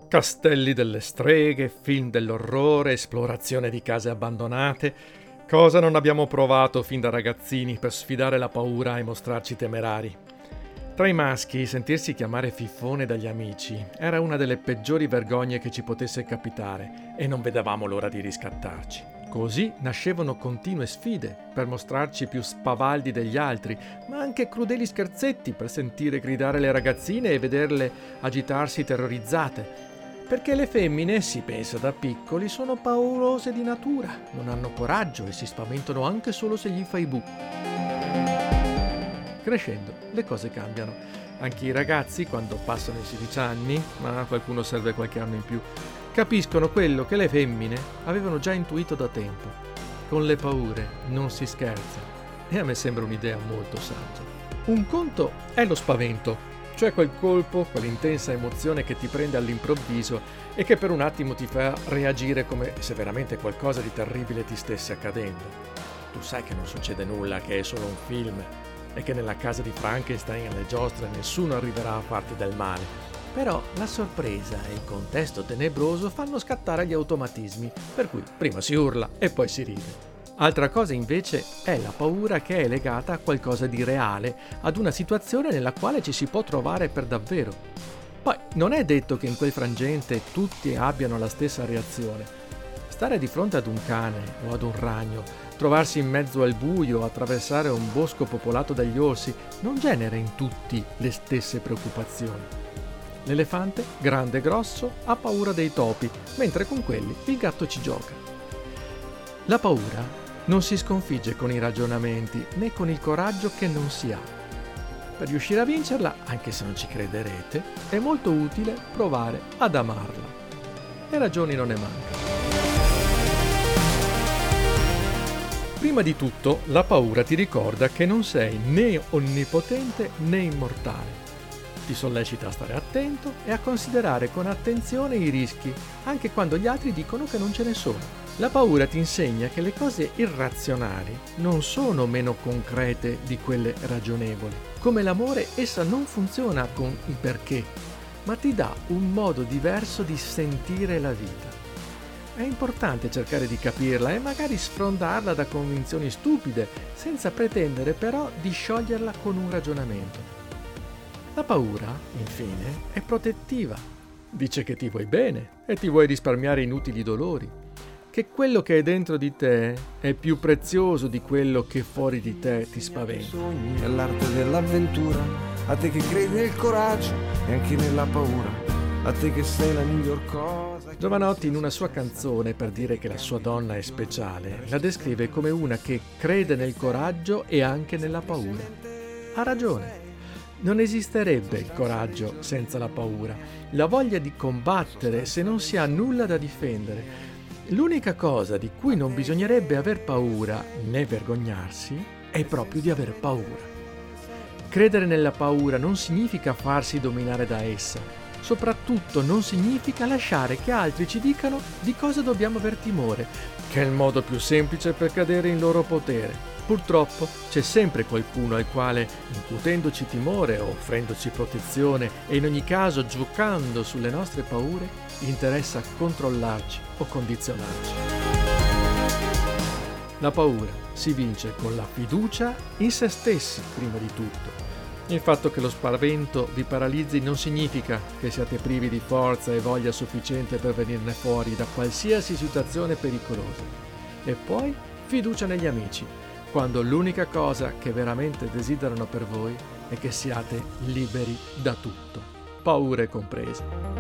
Castelli delle streghe, film dell'orrore, esplorazione di case abbandonate. Cosa non abbiamo provato fin da ragazzini per sfidare la paura e mostrarci temerari? Tra i maschi, sentirsi chiamare fiffone dagli amici era una delle peggiori vergogne che ci potesse capitare e non vedevamo l'ora di riscattarci. Così nascevano continue sfide per mostrarci più spavaldi degli altri, ma anche crudeli scherzetti per sentire gridare le ragazzine e vederle agitarsi terrorizzate. Perché le femmine, si pensa da piccoli, sono paurose di natura, non hanno coraggio e si spaventano anche solo se gli fai bu. Crescendo, le cose cambiano. Anche i ragazzi, quando passano i 16 anni, ma qualcuno serve qualche anno in più, capiscono quello che le femmine avevano già intuito da tempo. Con le paure non si scherza, e a me sembra un'idea molto saggia. Un conto è lo spavento, cioè quel colpo, quell'intensa emozione che ti prende all'improvviso e che per un attimo ti fa reagire come se veramente qualcosa di terribile ti stesse accadendo. Tu sai che non succede nulla, che è solo un film e che nella casa di Frankenstein alle giostre nessuno arriverà a farti del male. Però la sorpresa e il contesto tenebroso fanno scattare gli automatismi, per cui prima si urla e poi si ride. Altra cosa invece è la paura che è legata a qualcosa di reale, ad una situazione nella quale ci si può trovare per davvero. Poi non è detto che in quel frangente tutti abbiano la stessa reazione. Stare di fronte ad un cane o ad un ragno, trovarsi in mezzo al buio, attraversare un bosco popolato dagli orsi, non genera in tutti le stesse preoccupazioni. L'elefante, grande e grosso, ha paura dei topi, mentre con quelli il gatto ci gioca. La paura non si sconfigge con i ragionamenti né con il coraggio che non si ha. Per riuscire a vincerla, anche se non ci crederete, è molto utile provare ad amarla. E ragioni non ne mancano. Prima di tutto, la paura ti ricorda che non sei né onnipotente né immortale. Ti sollecita a stare attento e a considerare con attenzione i rischi, anche quando gli altri dicono che non ce ne sono. La paura ti insegna che le cose irrazionali non sono meno concrete di quelle ragionevoli. Come l'amore, essa non funziona con i perché, ma ti dà un modo diverso di sentire la vita. È importante cercare di capirla e magari sfrondarla da convinzioni stupide, senza pretendere però di scioglierla con un ragionamento. La paura, infine, è protettiva. Dice che ti vuoi bene e ti vuoi risparmiare inutili dolori. Che quello che è dentro di te è più prezioso di quello che fuori di te ti spaventa. Sogni all'arte dell'avventura, a te che credi nel coraggio e anche nella paura, a te che sei la miglior cosa. Giovanotti, in una sua canzone per dire che la sua donna è speciale, la descrive come una che crede nel coraggio e anche nella paura. Ha ragione. Non esisterebbe il coraggio senza la paura, la voglia di combattere se non si ha nulla da difendere. L'unica cosa di cui non bisognerebbe aver paura né vergognarsi è proprio di aver paura. Credere nella paura non significa farsi dominare da essa, soprattutto non significa lasciare che altri ci dicano di cosa dobbiamo aver timore, che è il modo più semplice per cadere in loro potere. Purtroppo c'è sempre qualcuno al quale, incutendoci timore o offrendoci protezione e in ogni caso giocando sulle nostre paure, interessa controllarci o condizionarci. La paura si vince con la fiducia in se stessi prima di tutto. Il fatto che lo spavento vi paralizzi non significa che siate privi di forza e voglia sufficiente per venirne fuori da qualsiasi situazione pericolosa. E poi fiducia negli amici, quando l'unica cosa che veramente desiderano per voi è che siate liberi da tutto, paure comprese.